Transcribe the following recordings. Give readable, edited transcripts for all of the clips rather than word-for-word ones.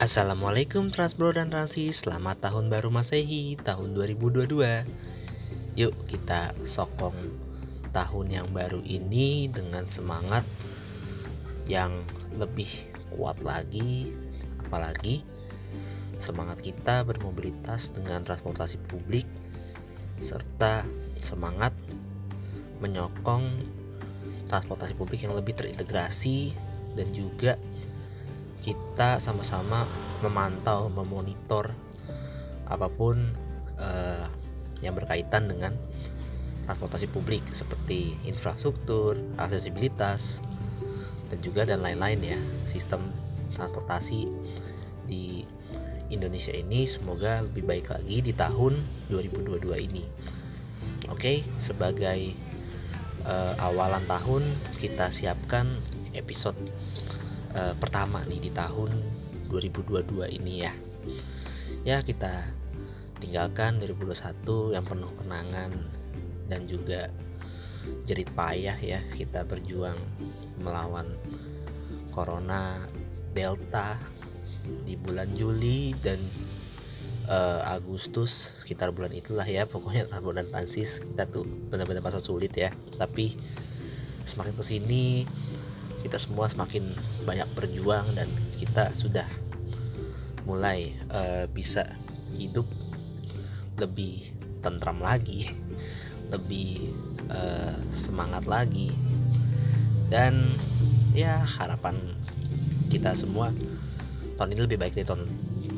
Assalamualaikum Transbro dan Transis, selamat tahun baru Masehi, tahun 2022. Yuk kita sokong tahun yang baru ini dengan semangat yang lebih kuat lagi. Apalagi semangat kita bermobilitas dengan transportasi publik, serta semangat menyokong transportasi publik yang lebih terintegrasi, dan juga kita sama-sama memantau, memonitor apapun yang berkaitan dengan transportasi publik seperti infrastruktur, aksesibilitas, dan lain-lain ya. Sistem transportasi di Indonesia ini semoga lebih baik lagi di tahun 2022 ini. Oke, sebagai awalan tahun kita siapkan episode pertama nih di tahun 2022 ini ya. Ya, kita tinggalkan 2021 yang penuh kenangan dan juga jerit payah ya. Kita berjuang melawan Corona Delta di bulan Juli dan Agustus, sekitar bulan itulah ya. Pokoknya bulan Transis kita tuh benar-benar masa sulit ya. Tapi semakin kesini kita semua semakin banyak berjuang dan kita sudah mulai bisa hidup lebih tentram lagi, lebih semangat lagi, dan ya harapan kita semua tahun ini lebih baik dari tahun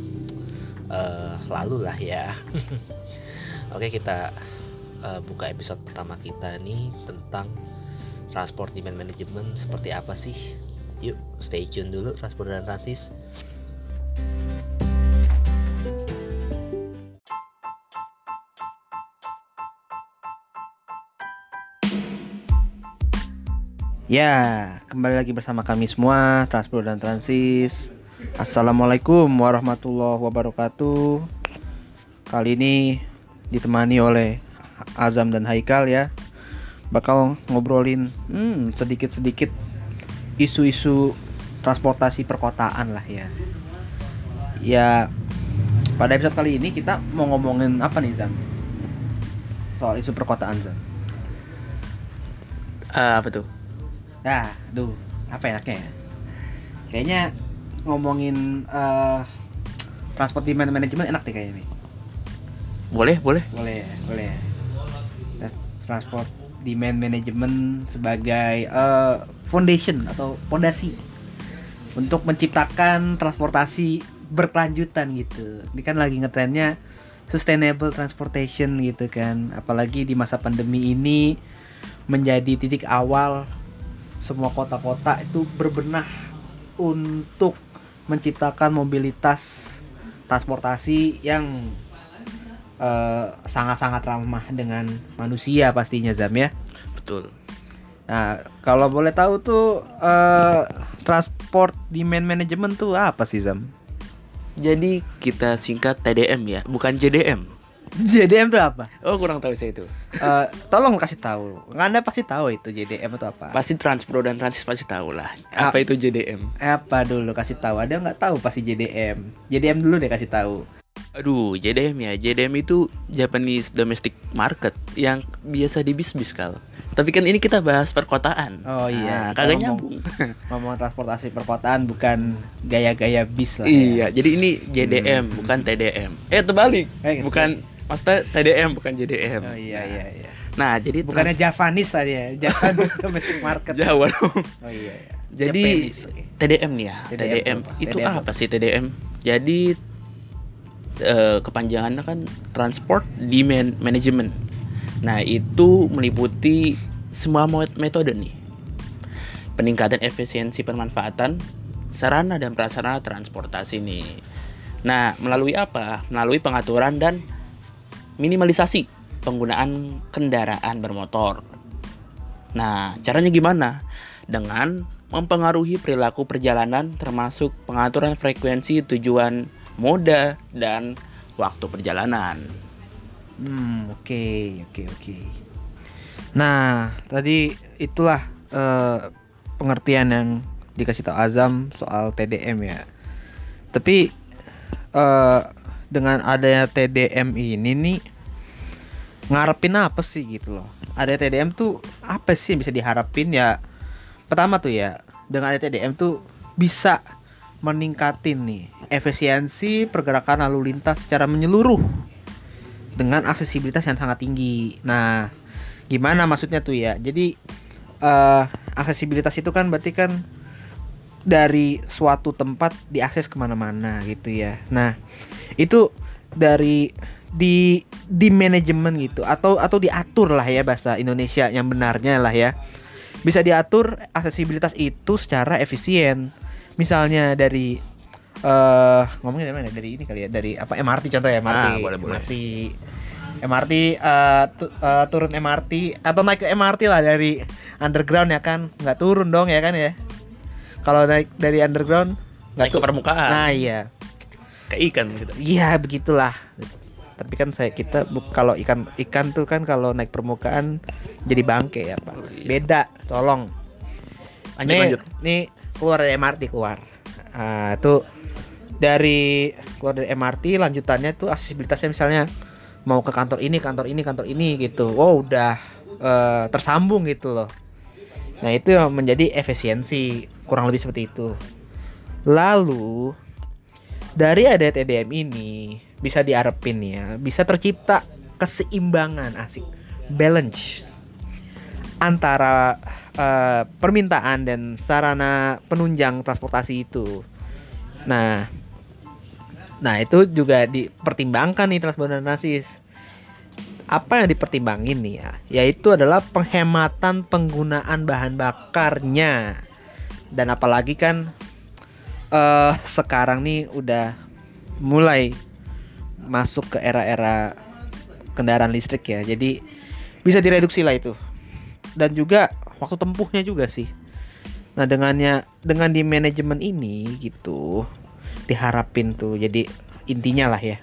lalu lah ya. Oke, kita buka episode pertama kita nih tentang transport demand management seperti apa sih. Yuk stay tune dulu Transport dan Transis. Ya, kembali lagi bersama kami semua Transport dan Transis. Assalamualaikum warahmatullahi wabarakatuh. Kali ini ditemani oleh Azam dan Haikal ya. Bakal ngobrolin sedikit-sedikit isu-isu transportasi perkotaan lah ya. Ya, pada episode kali ini kita mau ngomongin apa nih, Zam? Soal isu perkotaan, Zam. Apa tuh? Apa enaknya ya? Kayaknya ngomongin transport demand management enak deh kayaknya nih. Boleh. Boleh. Transport demand management sebagai foundation atau fondasi untuk menciptakan transportasi berkelanjutan gitu. Ini kan lagi ngetrennya sustainable transportation gitu kan. Apalagi di masa pandemi ini menjadi titik awal semua kota-kota itu berbenah untuk menciptakan mobilitas transportasi yang sangat-sangat ramah dengan manusia pastinya, Zam ya. Betul. Nah, kalau boleh tahu tuh transport demand management tuh apa sih, Zam? Jadi kita singkat TDM ya, bukan JDM. JDM tuh apa? Oh, kurang tahu saya itu. Tolong kasih tahu. Anda pasti tahu itu JDM itu apa? Pasti Transpro dan Transis pasti tahu lah. Apa itu JDM? Apa dulu kasih tahu? Ada nggak tahu pasti JDM. JDM dulu deh kasih tahu. Aduh, JDM ya. JDM itu Japanese Domestic Market yang biasa di bis-bis kal. Tapi kan ini kita bahas perkotaan. Oh iya. Kagak nyambung. Ngomong transportasi perkotaan bukan gaya-gaya bis lah. Iya, ya. jadi ini JDM bukan TDM. Terbalik. Bukan maksudnya TDM bukan JDM. Oh iya. Nah, jadi bukannya Javanese tadi ya, Japanese Domestic Market. Jawa dong. Oh iya. Jadi Japanese, okay. TDM nih ya. TDM itu TDM apa sih TDM? Jadi kepanjangannya kan Transport Demand Management. Nah, itu meliputi semua metode nih. Peningkatan efisiensi pemanfaatan sarana dan prasarana transportasi nih. Nah, melalui apa? Melalui pengaturan dan minimalisasi penggunaan kendaraan bermotor. Nah, caranya gimana? Dengan mempengaruhi perilaku perjalanan termasuk pengaturan frekuensi tujuan, moda, dan waktu perjalanan. Oke. Nah, tadi itulah pengertian yang dikasih tahu Azam soal TDM ya. Tapi dengan adanya TDM ini nih ngarepin apa sih gitu loh. Ada TDM tuh apa sih yang bisa diharapin ya? Pertama tuh ya, dengan ada TDM tuh bisa meningkatin nih efisiensi pergerakan lalu lintas secara menyeluruh dengan aksesibilitas yang sangat tinggi. Nah, gimana maksudnya tuh ya? Jadi aksesibilitas itu kan berarti kan dari suatu tempat diakses kemana-mana gitu ya. Nah, itu dari di manajemen gitu atau diatur lah ya, bahasa Indonesia yang benarnya lah ya, bisa diatur aksesibilitas itu secara efisien. Misalnya dari ngomongin dari mana, dari ini kali ya, dari apa, MRT contoh ya, MRT. Boleh. MRT turun MRT atau naik ke MRT lah dari underground ya kan, nggak turun dong ya kan ya. Kalau naik dari underground Naik ke permukaan. Nah iya, Kayak ikan gitu. iya begitulah. Tapi kan kalau ikan tuh kan kalau naik permukaan jadi bangke ya Pak. Oh, iya. Beda, tolong. Lanjut. Nih keluar dari MRT keluar. Tuh dari keluar dari MRT lanjutannya tuh aksesibilitasnya misalnya mau ke kantor ini gitu. Wow, udah tersambung gitu loh. Nah, itu yang menjadi efisiensi, kurang lebih seperti itu. Lalu dari ada TDM ini bisa diharapin ya, bisa tercipta keseimbangan, asik, balance antara permintaan dan sarana penunjang transportasi itu. Nah itu juga dipertimbangkan nih Transbuana Transis. Apa yang dipertimbangin nih ya, yaitu adalah penghematan penggunaan bahan bakarnya. Dan apalagi kan sekarang nih udah mulai masuk ke era-era kendaraan listrik ya. Jadi bisa direduksi lah itu. Dan juga waktu tempuhnya juga sih. Nah, dengan di manajemen ini gitu diharapin tuh, jadi intinya lah ya,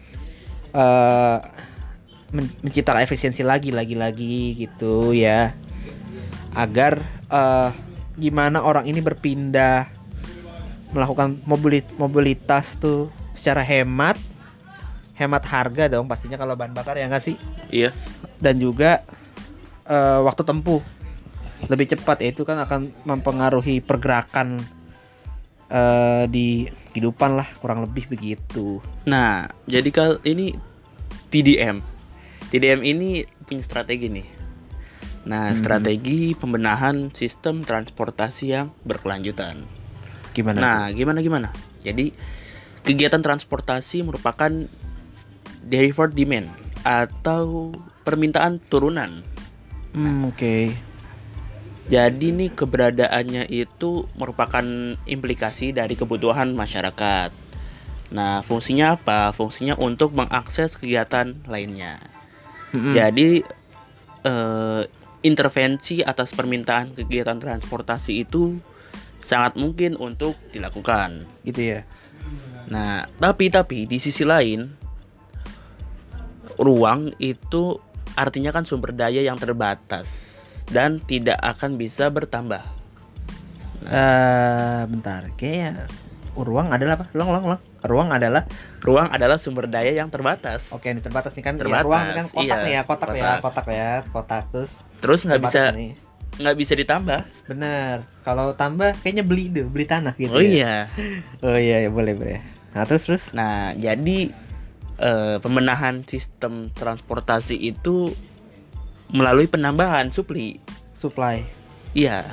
menciptakan efisiensi lagi gitu ya, agar gimana orang ini berpindah melakukan mobilitas tuh secara hemat harga dong pastinya kalau bahan bakar, ya nggak sih? Iya. Dan juga waktu tempuh lebih cepat, ya itu kan akan mempengaruhi pergerakan di kehidupan lah, kurang lebih begitu. Nah, jadi ini TDM ini punya strategi nih. Nah, strategi pembenahan sistem transportasi yang berkelanjutan. Gimana? Nah, gimana? Jadi, kegiatan transportasi merupakan derived demand atau permintaan turunan. Oke. Jadi nih keberadaannya itu merupakan implikasi dari kebutuhan masyarakat. Nah, fungsinya apa? Fungsinya untuk mengakses kegiatan lainnya. Jadi intervensi atas permintaan kegiatan transportasi itu sangat mungkin untuk dilakukan. Gitu ya. Nah, tapi di sisi lain, ruang itu artinya kan sumber daya yang terbatas dan tidak akan bisa bertambah. Bentar, kayak ruang adalah apa? Ruang adalah sumber daya yang terbatas. Oke, ini terbatas nih kan. Terbatas, Ya, ruang ini kan kotak iya, nih ya, kotak ya, kotak Terus nggak bisa ditambah. Bener. Kalau tambah kayaknya beli tanah gitu. Oh ya. iya. Oh iya, boleh. Nah, terus. Nah, jadi pembenahan sistem transportasi itu melalui penambahan supply. Iya.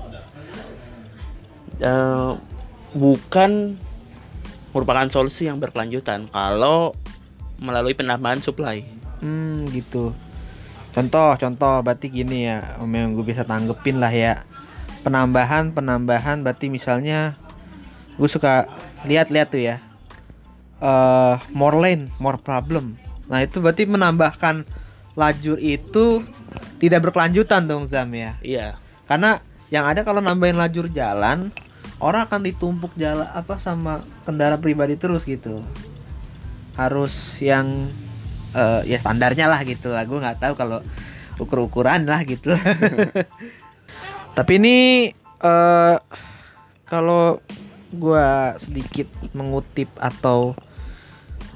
Bukan merupakan solusi yang berkelanjutan kalau melalui penambahan supply. Gitu. Contoh berarti gini ya, yang gue bisa tanggepin lah ya. Penambahan berarti misalnya gue suka lihat tuh ya. More lane, more problem. Nah, itu berarti menambahkan lajur itu tidak berkelanjutan dong, Zam ya. Iya. Karena yang ada kalau nambahin lajur jalan, orang akan ditumpuk jalan sama kendaraan pribadi terus gitu. Harus yang ya standarnya lah gitu lah. Gue nggak tahu kalau ukur-ukuran lah gitu. Tapi ini kalau gue sedikit mengutip atau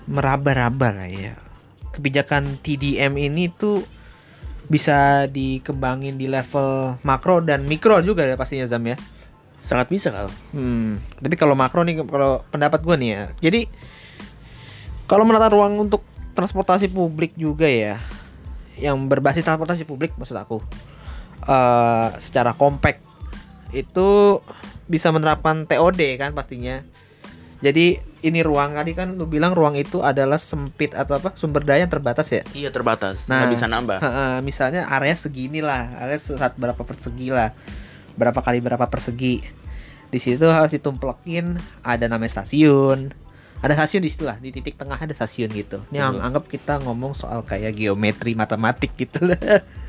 meraba-raba lah ya. Kebijakan TDM ini tuh bisa dikembangin di level makro dan mikro juga ya pastinya Zam ya. Sangat bisa Kal. Tapi kalau makro nih, kalau pendapat gue nih ya. Jadi kalau menata ruang untuk transportasi publik juga ya, yang berbasis transportasi publik maksud aku, secara kompak itu bisa menerapkan TOD kan pastinya. Jadi ini ruang, tadi kan lu bilang ruang itu adalah sempit atau apa, sumber daya yang terbatas ya. Iya terbatas, Nah, nggak bisa nambah. Misalnya area segini lah, area berapa persegi lah, berapa kali berapa persegi. Di situ harus ditumplekin, ada namanya stasiun. Ada stasiun di situ lah, di titik tengah ada stasiun gitu. Ini anggap kita ngomong soal kayak geometri matematik gitu lah.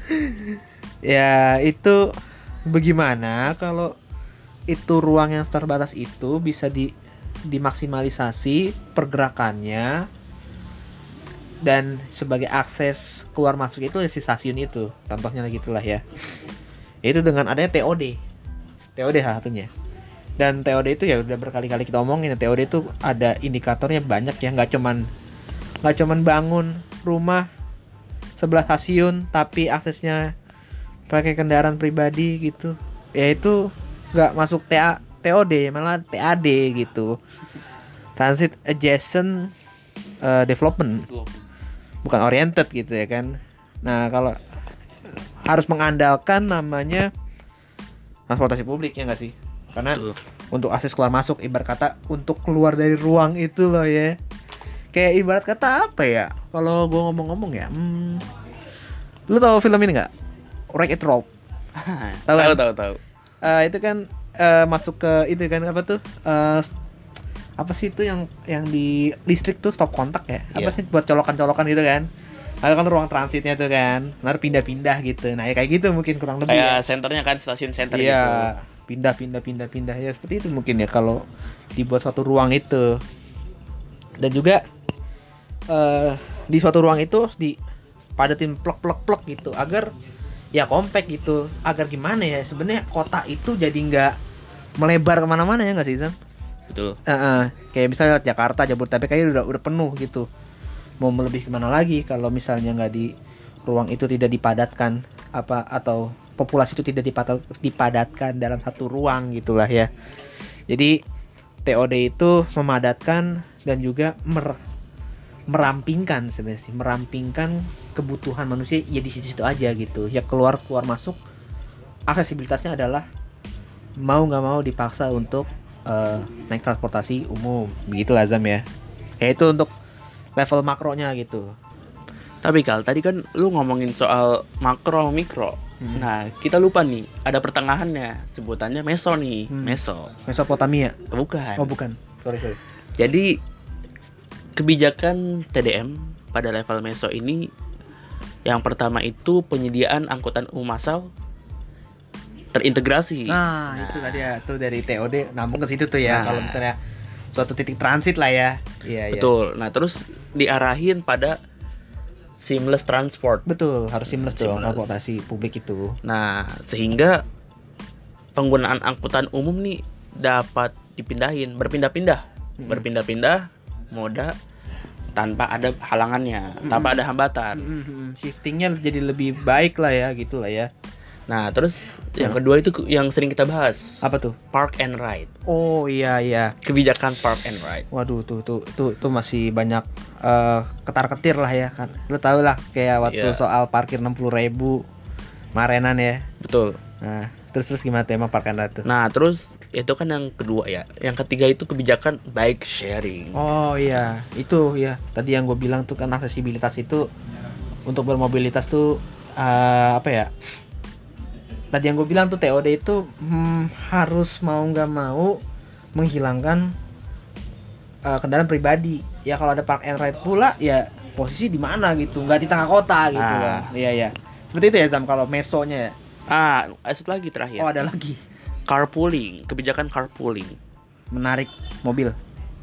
Ya itu bagaimana kalau itu ruang yang terbatas itu bisa dimaksimalisasi pergerakannya, dan sebagai akses keluar masuk itu si stasiun itu, contohnya gitulah ya. Itu dengan adanya TOD salah satunya. Dan TOD itu ya udah berkali-kali kita omongin, TOD itu ada indikatornya banyak ya, nggak cuman bangun rumah sebelah stasiun tapi aksesnya pakai kendaraan pribadi gitu. Ya itu nggak masuk TOD, malah TAD gitu. Transit Adjacent Development, bukan oriented gitu ya kan. Nah, kalau harus mengandalkan namanya transportasi publik ya nggak sih? Karena untuk akses keluar masuk, ibarat kata untuk keluar dari ruang itu loh ya. Kayak ibarat kata apa ya? Kalau gue ngomong-ngomong ya, lu tahu film ini nggak? Wreck-It Ralph. Tahu. Itu kan masuk ke itu kan apa tuh? Apa sih itu yang di listrik tuh stop kontak ya? Apa sih buat colokan-colokan gitu kan? Ada kan ruang transitnya tuh kan, ntar pindah-pindah gitu. Nah ya kayak gitu mungkin kurang lebih. Kayak Ya. senternya kan, stasiun center gitu. Iya, pindah ya seperti itu mungkin ya kalau dibuat suatu ruang itu. Dan juga di suatu ruang itu harus dipadatin plek gitu agar ya kompak gitu, agar gimana ya, sebenarnya kota itu jadi nggak melebar kemana-mana ya nggak sih Zam? Betul. Kayak misalnya Jakarta, Jabodetabek kayaknya udah penuh gitu. Mau lebih kemana lagi kalau misalnya nggak di ruang itu tidak dipadatkan atau populasi itu tidak dipadatkan dalam satu ruang gitulah ya. Jadi TOD itu memadatkan dan juga merampingkan sebenarnya sih, merampingkan kebutuhan manusia ya di situ-situ aja gitu. Ya keluar masuk, aksesibilitasnya adalah mau nggak mau dipaksa untuk naik transportasi umum, begitu Azam ya. Ya itu untuk level makronya gitu. Tapi Kal, tadi kan lu ngomongin soal makro mikro. Nah, kita lupa nih, ada pertengahannya, sebutannya meso nih. Mesopotamia. Bukan. Oh bukan, sorry. Jadi kebijakan TDM pada level meso ini, yang pertama itu penyediaan angkutan umum massal terintegrasi. Nah, itu tadi ya, tuh dari TOD nambung ke situ tuh ya. Kalau misalnya suatu titik transit lah ya. Iya. Betul. Nah, terus diarahin pada seamless transport. Betul, harus seamless dong transportasi publik itu. Nah, sehingga penggunaan angkutan umum nih dapat dipindahin, berpindah-pindah moda tanpa ada halangannya, tanpa ada hambatan. Shiftingnya jadi lebih baik lah ya, gitulah ya. Nah, terus yang kedua itu yang sering kita bahas. Apa tuh? Park and ride. Oh iya. Kebijakan park and ride. Waduh, tuh masih banyak ketar-ketir lah ya kan. Lo tau lah kayak waktu soal parkir 60.000 Marenan ya. Betul. Nah, terus gimana tuh emang park and ride tuh? Nah, terus itu kan yang kedua ya. Yang ketiga itu kebijakan bike sharing. Oh iya, itu ya. Tadi yang gue bilang tuh kan aksesibilitas itu untuk bermobilitas tuh apa ya? Tadi yang gue bilang tuh TOD itu harus mau nggak mau menghilangkan kendaraan pribadi. Ya kalau ada park and ride pula ya posisi di mana gitu, nggak di tengah kota gitu kan. Iya. Seperti itu ya Zam kalau mesonya ya. Satu lagi terakhir. Oh ada lagi. Carpooling, kebijakan carpooling. Menarik mobil.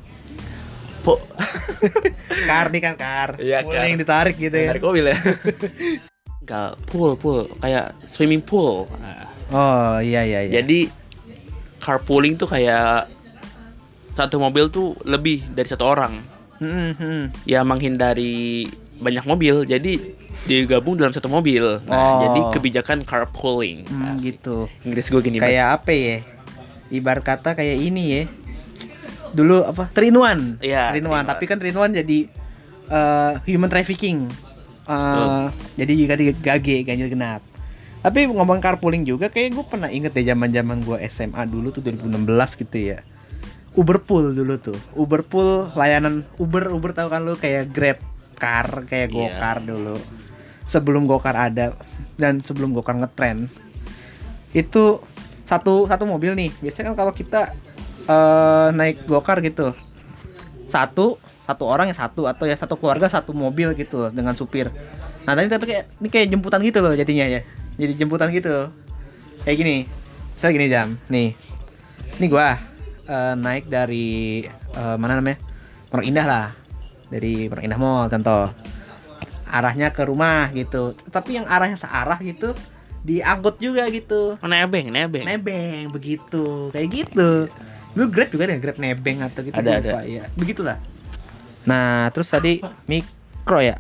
Car nih kan car. Iya, Pooling ditarik gitu ya. Menarik mobil ya. Enggak, pool kayak swimming pool. Nah, Oh iya. jadi carpooling tuh kayak satu mobil tuh lebih dari satu orang. ya menghindari banyak mobil, jadi digabung dalam satu mobil. Nah, jadi kebijakan carpooling. Gitu. Inggris gue gini. Kayak apa ya? Ibarat kata kayak ini ya. Dulu apa? 3-in-1. Iya, 3-in-1, tapi kan 3-in-1 jadi human trafficking. Jadi ganjil genap. Tapi ngomong carpooling juga, kayak gue pernah inget deh zaman gue SMA dulu tuh 2016 gitu ya. Uberpool dulu tuh. Uberpool layanan Uber tahu kan lu, kayak Grab car, kayak Gokar dulu. Sebelum Gokar ada dan sebelum Gokar ngetren. Itu satu mobil nih. Biasanya kan kalau kita naik Gokar gitu. Satu orang yang satu, atau ya satu keluarga satu mobil gitu dengan supir. Nah, tapi kayak jemputan gitu loh jadinya ya. Jadi jemputan gitu. Kayak gini. Misalnya gini Jam. Nih. Ini gua naik dari mana namanya? Pondok Indah lah. Dari Pondok Indah Mall contoh. Arahnya ke rumah gitu. Tapi yang arahnya searah gitu diangkut juga gitu. Nebeng Begitu. Kayak gitu. Lu Grab juga deh, Grab nebeng atau gitu. Ada. Ya. Begitulah. Nah, terus tadi mikro ya.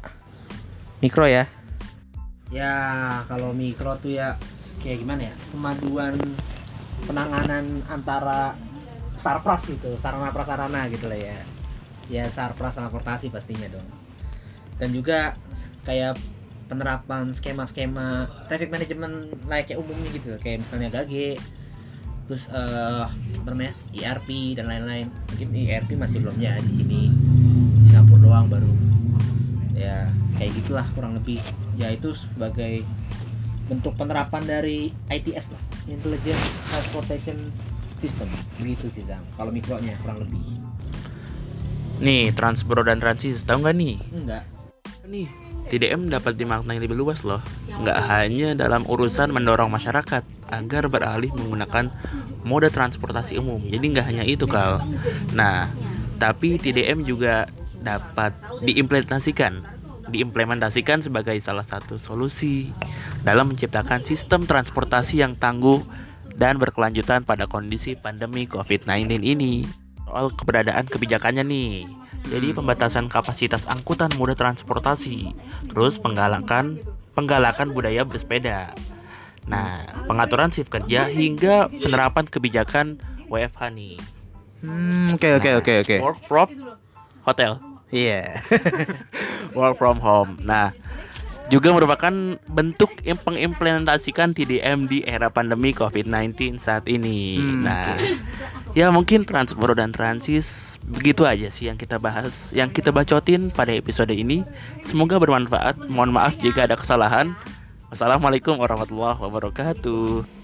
Ya, kalau mikro tuh ya kayak gimana ya? Kemajuan penanganan antara sarpras gitu, sarana prasarana gitu lah ya. Ya, sarpras transportasi pastinya dong. Dan juga kayak penerapan skema-skema traffic management layaknya umumnya gitu, kayak misalnya GAGE, terus apa namanya, ERP dan lain-lain. Mungkin ERP masih belum ya di sini, Singapura doang baru. Ya kayak gitulah kurang lebih. Ya itu sebagai bentuk penerapan dari ITS lah, Intelligent Transportation System, begitu sih Zam. Kalau mikronya kurang lebih. Nih, Transbro dan Transis, tahu nggak nih? Enggak. Nih, TDM dapat dimaknai lebih luas loh. Nggak hanya dalam urusan mendorong masyarakat agar beralih menggunakan moda transportasi umum. Jadi nggak hanya itu, Kal. Nah, tapi TDM juga dapat diimplementasikan sebagai salah satu solusi dalam menciptakan sistem transportasi yang tangguh dan berkelanjutan pada kondisi pandemi COVID-19 ini. Soal keberadaan kebijakannya nih, jadi pembatasan kapasitas angkutan moda transportasi, terus penggalakan budaya bersepeda. Nah, pengaturan shift kerja hingga penerapan kebijakan WFH nih. Oke. Work from hotel. Iya. Work from home. Nah, juga merupakan bentuk mengimplementasikan TDM di era pandemi COVID-19 saat ini. Nah, ya mungkin Transbro dan Transis begitu aja sih yang kita bahas, yang kita bacotin pada episode ini. Semoga bermanfaat. Mohon maaf jika ada kesalahan. Wassalamualaikum warahmatullahi wabarakatuh.